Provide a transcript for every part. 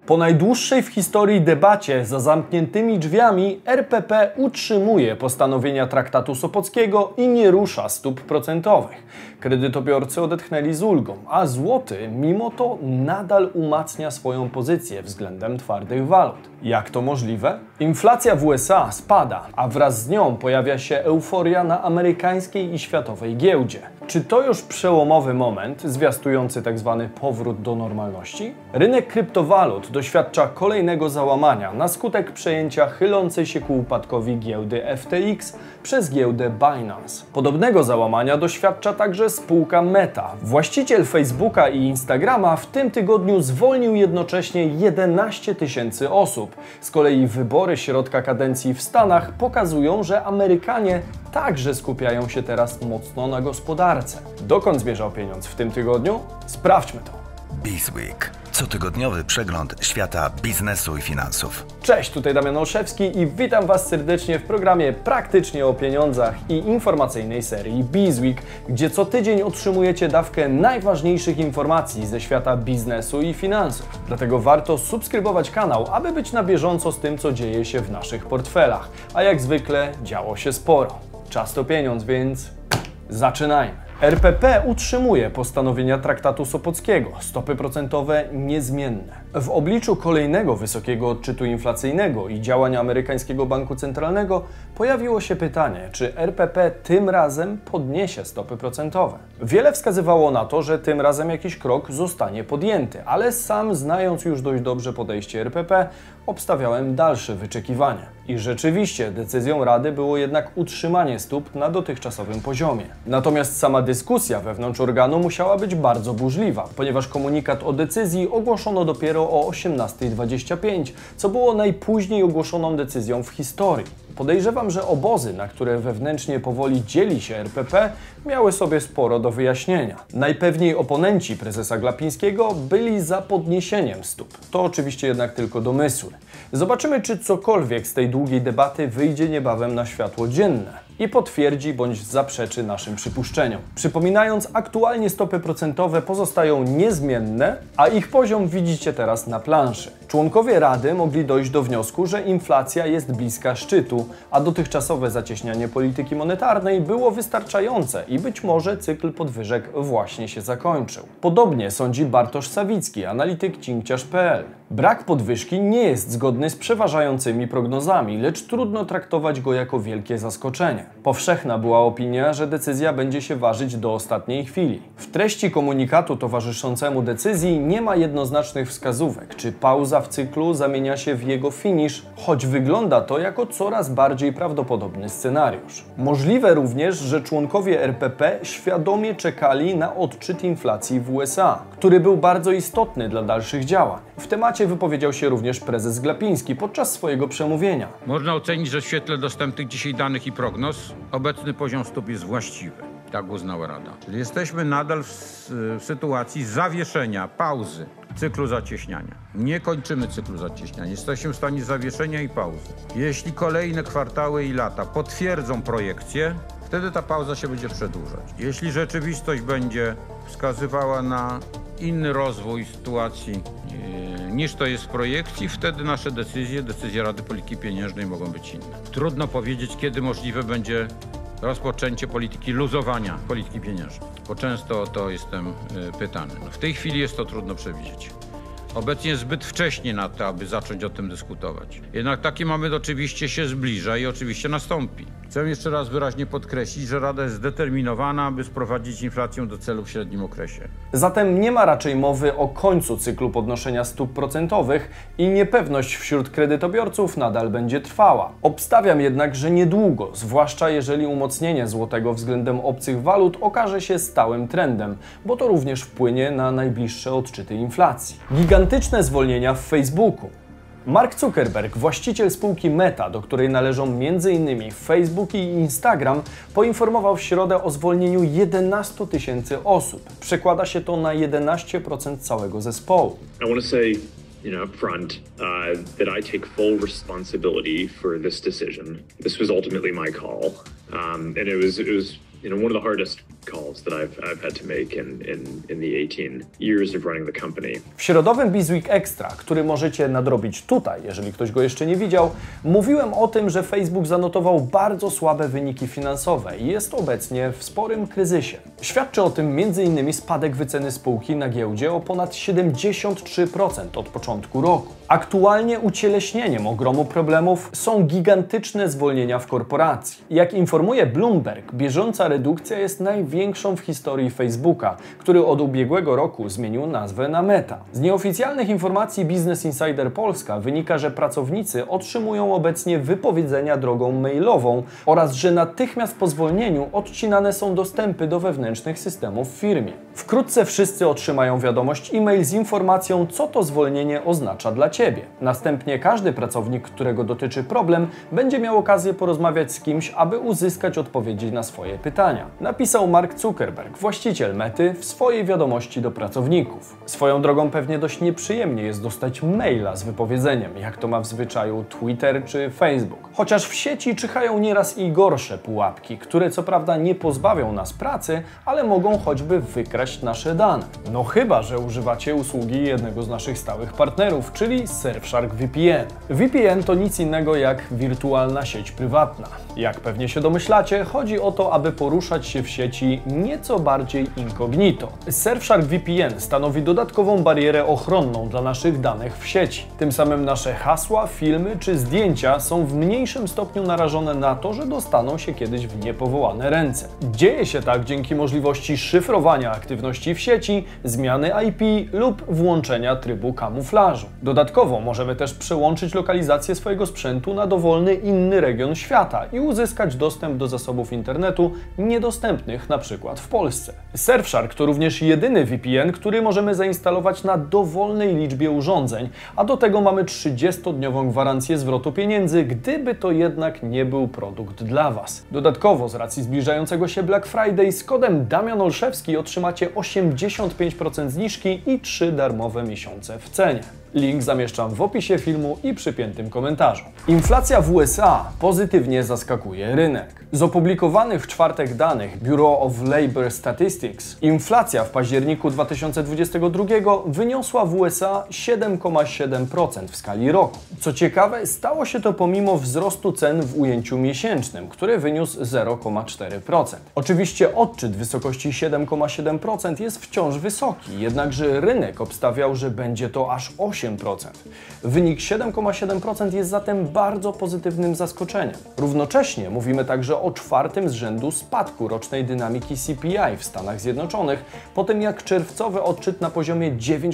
Po najdłuższej w historii debacie za zamkniętymi drzwiami RPP utrzymuje postanowienia traktatu sopockiego i nie rusza stóp procentowych. Kredytobiorcy odetchnęli z ulgą, a złoty mimo to nadal umacnia swoją pozycję względem twardych walut. Jak to możliwe? Inflacja w USA spada, a wraz z nią pojawia się euforia na amerykańskiej i światowej giełdzie. Czy to już przełomowy moment zwiastujący tzw. powrót do normalności? Rynek kryptowalut doświadcza kolejnego załamania na skutek przejęcia chylącej się ku upadkowi giełdy FTX przez giełdę Binance. Podobnego załamania doświadcza także spółka Meta. Właściciel Facebooka i Instagrama w tym tygodniu zwolnił jednocześnie 11 000 osób. Z kolei wybory środka kadencji w Stanach pokazują, że Amerykanie także skupiają się teraz mocno na gospodarce. Dokąd zmierzał pieniądz w tym tygodniu? Sprawdźmy to. Bizweek. Cotygodniowy przegląd świata biznesu i finansów. Cześć, tutaj Damian Olszewski i witam Was serdecznie w programie Praktycznie o pieniądzach i informacyjnej serii Bizweek, gdzie co tydzień otrzymujecie dawkę najważniejszych informacji ze świata biznesu i finansów. Dlatego warto subskrybować kanał, aby być na bieżąco z tym, co dzieje się w naszych portfelach. A jak zwykle działo się sporo. Czas to pieniądz, więc zaczynajmy. RPP utrzymuje postanowienia traktatu sopockiego, stopy procentowe niezmienne. W obliczu kolejnego wysokiego odczytu inflacyjnego i działań amerykańskiego banku centralnego pojawiło się pytanie, czy RPP tym razem podniesie stopy procentowe. Wiele wskazywało na to, że tym razem jakiś krok zostanie podjęty, ale sam, znając już dość dobrze podejście RPP, obstawiałem dalsze wyczekiwania. I rzeczywiście decyzją Rady było jednak utrzymanie stóp na dotychczasowym poziomie. Natomiast sama dyskusja wewnątrz organu musiała być bardzo burzliwa, ponieważ komunikat o decyzji ogłoszono dopiero o 18:25, co było najpóźniej ogłoszoną decyzją w historii. Podejrzewam, że obozy, na które wewnętrznie powoli dzieli się RPP, miały sobie sporo do wyjaśnienia. Najpewniej oponenci prezesa Glapińskiego byli za podniesieniem stóp. To oczywiście jednak tylko domysły. Zobaczymy, czy cokolwiek z tej długiej debaty wyjdzie niebawem na światło dzienne i potwierdzi bądź zaprzeczy naszym przypuszczeniom. Przypominając, aktualnie stopy procentowe pozostają niezmienne, a ich poziom widzicie teraz na planszy. Członkowie Rady mogli dojść do wniosku, że inflacja jest bliska szczytu, a dotychczasowe zacieśnianie polityki monetarnej było wystarczające i być może cykl podwyżek właśnie się zakończył. Podobnie sądzi Bartosz Sawicki, analityk cinkciarz.pl. Brak podwyżki nie jest zgodny z przeważającymi prognozami, lecz trudno traktować go jako wielkie zaskoczenie. Powszechna była opinia, że decyzja będzie się ważyć do ostatniej chwili. W treści komunikatu towarzyszącemu decyzji nie ma jednoznacznych wskazówek, czy pauza w cyklu zamienia się w jego finisz, choć wygląda to jako coraz bardziej prawdopodobny scenariusz. Możliwe również, że członkowie RPP świadomie czekali na odczyt inflacji w USA, który był bardzo istotny dla dalszych działań. W temacie wypowiedział się również prezes Glapiński podczas swojego przemówienia. Można ocenić, że w świetle dostępnych dzisiaj danych i prognoz obecny poziom stóp jest właściwy. Tak uznała Rada. Czyli jesteśmy nadal w sytuacji zawieszenia, pauzy cyklu zacieśniania. Nie kończymy cyklu zacieśniania. Jesteśmy w stanie zawieszenia i pauzy. Jeśli kolejne kwartały i lata potwierdzą projekcję, wtedy ta pauza się będzie przedłużać. Jeśli rzeczywistość będzie wskazywała na inny rozwój sytuacji niż to jest w projekcji, wtedy nasze decyzje Rady Polityki Pieniężnej mogą być inne. Trudno powiedzieć, kiedy możliwe będzie rozpoczęcie polityki luzowania polityki pieniężnej, bo często o to jestem pytany. W tej chwili jest to trudno przewidzieć. Obecnie jest zbyt wcześnie na to, aby zacząć o tym dyskutować. Jednak taki moment oczywiście się zbliża i oczywiście nastąpi. Chcę jeszcze raz wyraźnie podkreślić, że Rada jest zdeterminowana, aby sprowadzić inflację do celu w średnim okresie. Zatem nie ma raczej mowy o końcu cyklu podnoszenia stóp procentowych i niepewność wśród kredytobiorców nadal będzie trwała. Obstawiam jednak, że niedługo, zwłaszcza jeżeli umocnienie złotego względem obcych walut okaże się stałym trendem, bo to również wpłynie na najbliższe odczyty inflacji. Gigantyczne zwolnienia w Facebooku. Mark Zuckerberg, właściciel spółki Meta, do której należą m.in. Facebook i Instagram, poinformował w środę o zwolnieniu 11 000 osób. Przekłada się to na 11% całego zespołu. I want to say, up front, that I take full responsibility for this decision. This was ultimately my call, and it was one of the hardest calls that I've had to make in the 18 years of running the company. W środowym Bizweek Extra, który możecie nadrobić tutaj, jeżeli ktoś go jeszcze nie widział, mówiłem o tym, że Facebook zanotował bardzo słabe wyniki finansowe i jest obecnie w sporym kryzysie. Świadczy o tym m.in. spadek wyceny spółki na giełdzie o ponad 73% od początku roku. Aktualnie ucieleśnieniem ogromu problemów są gigantyczne zwolnienia w korporacji. Jak informuje Bloomberg, bieżąca redukcja jest największą w historii Facebooka, który od ubiegłego roku zmienił nazwę na Meta. Z nieoficjalnych informacji Business Insider Polska wynika, że pracownicy otrzymują obecnie wypowiedzenia drogą mailową oraz że natychmiast po zwolnieniu odcinane są dostępy do wewnętrznych systemów w firmie. Wkrótce wszyscy otrzymają wiadomość e-mail z informacją, co to zwolnienie oznacza dla Ciebie. Następnie każdy pracownik, którego dotyczy problem, będzie miał okazję porozmawiać z kimś, aby uzyskać odpowiedzi na swoje pytania. Napisał Mark Zuckerberg, właściciel Mety, w swojej wiadomości do pracowników. Swoją drogą pewnie dość nieprzyjemnie jest dostać maila z wypowiedzeniem, jak to ma w zwyczaju Twitter czy Facebook. Chociaż w sieci czyhają nieraz i gorsze pułapki, które co prawda nie pozbawią nas pracy, ale mogą choćby wykraść nasze dane. No chyba że używacie usługi jednego z naszych stałych partnerów, czyli Surfshark VPN. VPN to nic innego jak wirtualna sieć prywatna. Jak pewnie się domyślacie, chodzi o to, aby poruszać się w sieci nieco bardziej incognito. Surfshark VPN stanowi dodatkową barierę ochronną dla naszych danych w sieci. Tym samym nasze hasła, filmy czy zdjęcia są w mniejszym stopniu narażone na to, że dostaną się kiedyś w niepowołane ręce. Dzieje się tak dzięki możliwości szyfrowania aktywności w sieci, zmiany IP lub włączenia trybu kamuflażu. Dodatkowo możemy też przełączyć lokalizację swojego sprzętu na dowolny inny region świata i uzyskać dostęp do zasobów internetu niedostępnych np. w Polsce. Surfshark to również jedyny VPN, który możemy zainstalować na dowolnej liczbie urządzeń, a do tego mamy 30-dniową gwarancję zwrotu pieniędzy, gdyby to jednak nie był produkt dla Was. Dodatkowo z racji zbliżającego się Black Friday z kodem Damian Olszewski otrzymacie 85% zniżki i 3 darmowe miesiące w cenie. Link zamieszczam w opisie filmu i przypiętym komentarzu. Inflacja w USA pozytywnie zaskakuje rynek. Z opublikowanych w czwartek danych Bureau of Labor Statistics inflacja w październiku 2022 wyniosła w USA 7,7% w skali roku. Co ciekawe, stało się to pomimo wzrostu cen w ujęciu miesięcznym, który wyniósł 0,4%. Oczywiście odczyt w wysokości 7,7% jest wciąż wysoki, jednakże rynek obstawiał, że będzie to aż 8%. Wynik 7,7% jest zatem bardzo pozytywnym zaskoczeniem. Równocześnie mówimy także o czwartym z rzędu spadku rocznej dynamiki CPI w Stanach Zjednoczonych, po tym jak czerwcowy odczyt na poziomie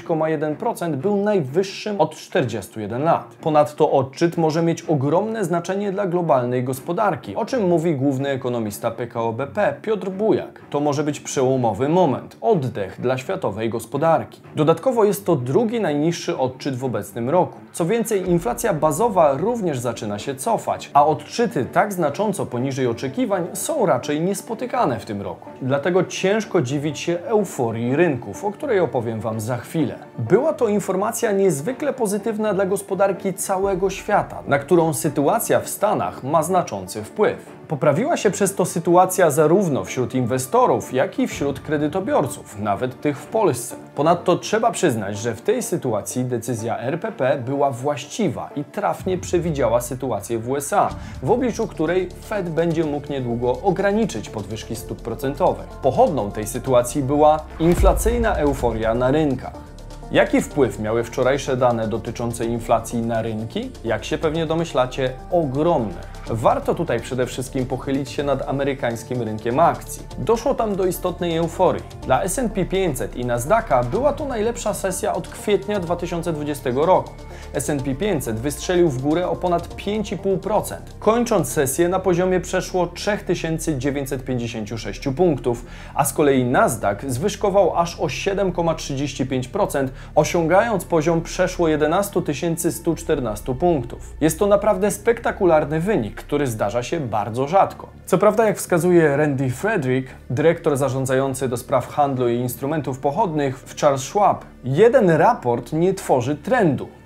9,1% był najwyższym od 41 lat. Ponadto odczyt może mieć ogromne znaczenie dla globalnej gospodarki, o czym mówi główny ekonomista PKO BP Piotr Bujak. To może być przełomowy moment, oddech dla światowej gospodarki. Dodatkowo jest to drugi najniższy odczyt w obecnym roku. Co więcej, inflacja bazowa również zaczyna się cofać, a odczyty tak znacząco poniżej oczekiwań są raczej niespotykane w tym roku. Dlatego ciężko dziwić się euforii rynków, o której opowiem Wam za chwilę. Była to informacja niezwykle pozytywna dla gospodarki całego świata, na którą sytuacja w Stanach ma znaczący wpływ. Poprawiła się przez to sytuacja zarówno wśród inwestorów, jak i wśród kredytobiorców, nawet tych w Polsce. Ponadto trzeba przyznać, że w tej sytuacji decyzja RPP była właściwa i trafnie przewidziała sytuację w USA, w obliczu której Fed będzie mógł niedługo ograniczyć podwyżki stóp procentowych. Pochodną tej sytuacji była inflacyjna euforia na rynkach. Jaki wpływ miały wczorajsze dane dotyczące inflacji na rynki? Jak się pewnie domyślacie, ogromny. Warto tutaj przede wszystkim pochylić się nad amerykańskim rynkiem akcji. Doszło tam do istotnej euforii. Dla S&P 500 i Nasdaqa była to najlepsza sesja od kwietnia 2020 roku. S&P 500 wystrzelił w górę o ponad 5,5%, kończąc sesję na poziomie przeszło 3956 punktów, a z kolei Nasdaq zwyżkował aż o 7,35%, osiągając poziom przeszło 11 114 punktów. Jest to naprawdę spektakularny wynik, który zdarza się bardzo rzadko. Co prawda, jak wskazuje Randy Frederick, dyrektor zarządzający do spraw handlu i instrumentów pochodnych w Charles Schwab, jeden raport nie tworzy trendu.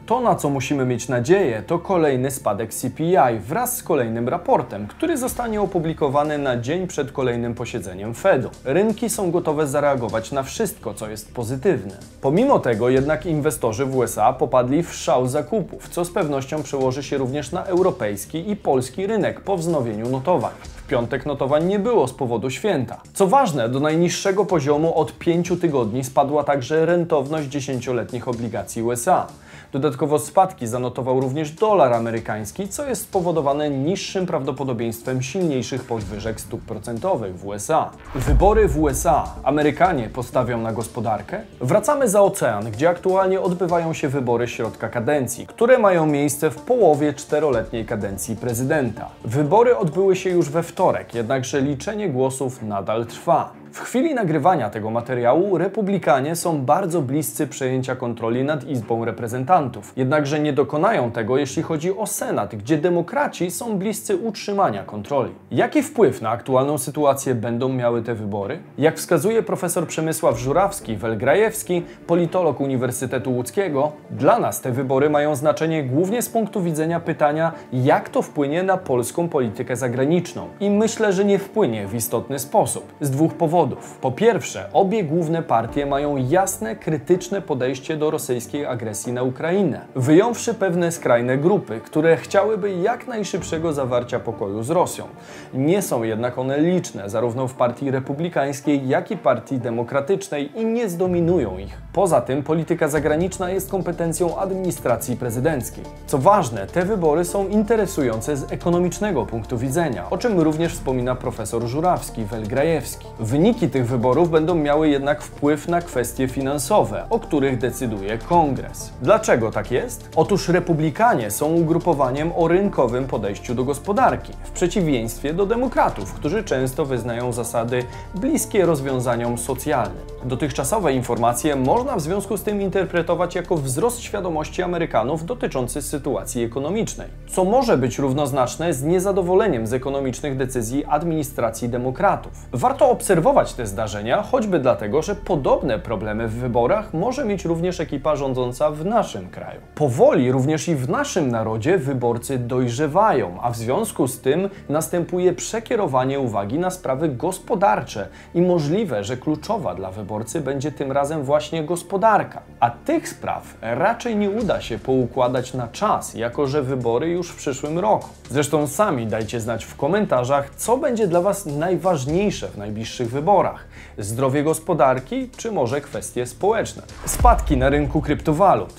To, na co musimy mieć nadzieję, to kolejny spadek CPI wraz z kolejnym raportem, który zostanie opublikowany na dzień przed kolejnym posiedzeniem Fedu. Rynki są gotowe zareagować na wszystko, co jest pozytywne. Pomimo tego jednak inwestorzy w USA popadli w szał zakupów, co z pewnością przełoży się również na europejski i polski rynek po wznowieniu notowań. W piątek notowań nie było z powodu święta. Co ważne, do najniższego poziomu od 5 tygodni spadła także rentowność 10-letnich obligacji USA. Dodatkowo spadki zanotował również dolar amerykański, co jest spowodowane niższym prawdopodobieństwem silniejszych podwyżek stóp procentowych w USA. Wybory w USA. Amerykanie postawią na gospodarkę? Wracamy za ocean, gdzie aktualnie odbywają się wybory środka kadencji, które mają miejsce w połowie 4-letniej kadencji prezydenta. Wybory odbyły się już we wtorek, jednakże liczenie głosów nadal trwa. W chwili nagrywania tego materiału Republikanie są bardzo bliscy przejęcia kontroli nad Izbą Reprezentantów. Jednakże nie dokonają tego, jeśli chodzi o Senat, gdzie demokraci są bliscy utrzymania kontroli. Jaki wpływ na aktualną sytuację będą miały te wybory? Jak wskazuje profesor Przemysław Żurawski-Welgrajewski, politolog Uniwersytetu Łódzkiego, dla nas te wybory mają znaczenie głównie z punktu widzenia pytania, jak to wpłynie na polską politykę zagraniczną. I myślę, że nie wpłynie w istotny sposób. Z dwóch powodów. Po pierwsze, obie główne partie mają jasne, krytyczne podejście do rosyjskiej agresji na Ukrainę, wyjąwszy pewne skrajne grupy, które chciałyby jak najszybszego zawarcia pokoju z Rosją. Nie są jednak one liczne, zarówno w partii republikańskiej, jak i partii demokratycznej i nie zdominują ich. Poza tym polityka zagraniczna jest kompetencją administracji prezydenckiej. Co ważne, te wybory są interesujące z ekonomicznego punktu widzenia, o czym również wspomina profesor Żurawski-Welgrajewski. Wyniki tych wyborów będą miały jednak wpływ na kwestie finansowe, o których decyduje Kongres. Dlaczego tak jest? Otóż Republikanie są ugrupowaniem o rynkowym podejściu do gospodarki, w przeciwieństwie do demokratów, którzy często wyznają zasady bliskie rozwiązaniom socjalnym. Dotychczasowe informacje można w związku z tym interpretować jako wzrost świadomości Amerykanów dotyczący sytuacji ekonomicznej, co może być równoznaczne z niezadowoleniem z ekonomicznych decyzji administracji demokratów. Warto obserwować te zdarzenia, choćby dlatego, że podobne problemy w wyborach może mieć również ekipa rządząca w naszym kraju. Powoli również i w naszym narodzie wyborcy dojrzewają, a w związku z tym następuje przekierowanie uwagi na sprawy gospodarcze i możliwe, że kluczowa dla wyborcy będzie tym razem właśnie gospodarka. A tych spraw raczej nie uda się poukładać na czas, jako że wybory już w przyszłym roku. Zresztą sami dajcie znać w komentarzach, co będzie dla Was najważniejsze w najbliższych wyborach. Zdrowie gospodarki, czy może kwestie społeczne? Spadki na rynku kryptowalut.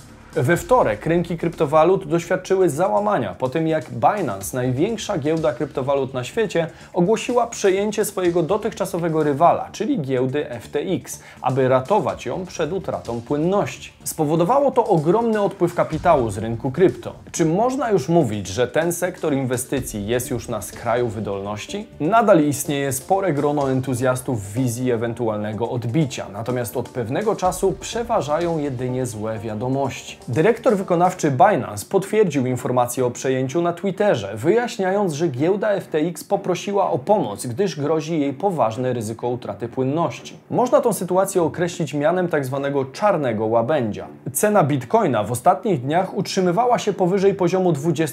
We wtorek rynki kryptowalut doświadczyły załamania po tym, jak Binance, największa giełda kryptowalut na świecie, ogłosiła przejęcie swojego dotychczasowego rywala, czyli giełdy FTX, aby ratować ją przed utratą płynności. Spowodowało to ogromny odpływ kapitału z rynku krypto. Czy można już mówić, że ten sektor inwestycji jest już na skraju wydolności? Nadal istnieje spore grono entuzjastów w wizji ewentualnego odbicia, natomiast od pewnego czasu przeważają jedynie złe wiadomości. Dyrektor wykonawczy Binance potwierdził informację o przejęciu na Twitterze, wyjaśniając, że giełda FTX poprosiła o pomoc, gdyż grozi jej poważne ryzyko utraty płynności. Można tą sytuację określić mianem tzw. czarnego łabędzia. Cena bitcoina w ostatnich dniach utrzymywała się powyżej poziomu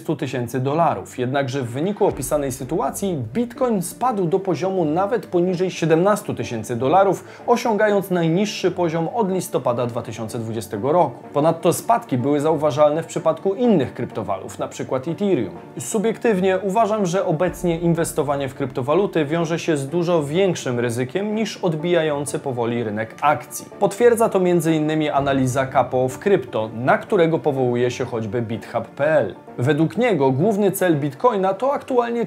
$20,000, jednakże w wyniku opisanej sytuacji bitcoin spadł do poziomu nawet poniżej $17,000, osiągając najniższy poziom od listopada 2020 roku. Ponadto spadki były zauważalne w przypadku innych kryptowalut, np. Ethereum. Subiektywnie uważam, że obecnie inwestowanie w kryptowaluty wiąże się z dużo większym ryzykiem niż odbijający powoli rynek akcji. Potwierdza to m.in. analiza Capo w Crypto, na którego powołuje się choćby BitHub.pl. Według niego główny cel bitcoina to aktualnie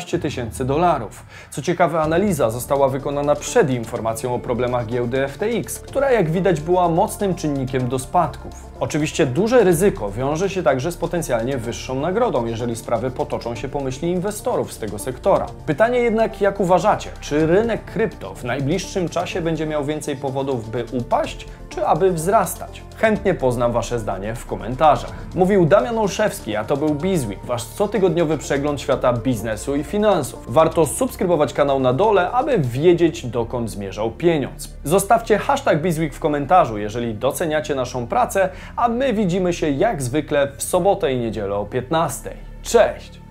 $14,000. Co ciekawe, analiza została wykonana przed informacją o problemach giełdy FTX, która jak widać była mocnym czynnikiem do spadków. Oczywiście duże ryzyko wiąże się także z potencjalnie wyższą nagrodą, jeżeli sprawy potoczą się po myśli inwestorów z tego sektora. Pytanie jednak, jak uważacie, czy rynek krypto w najbliższym czasie będzie miał więcej powodów, by upaść, czy aby wzrastać? Chętnie poznam Wasze zdanie w komentarzach. Mówił Damian Olszewski, a to był BizWeek, Wasz cotygodniowy przegląd świata biznesu i finansów. Warto subskrybować kanał na dole, aby wiedzieć, dokąd zmierzał pieniądz. Zostawcie #BizWeek w komentarzu, jeżeli doceniacie naszą pracę, a my My widzimy się jak zwykle w sobotę i niedzielę o 15. Cześć!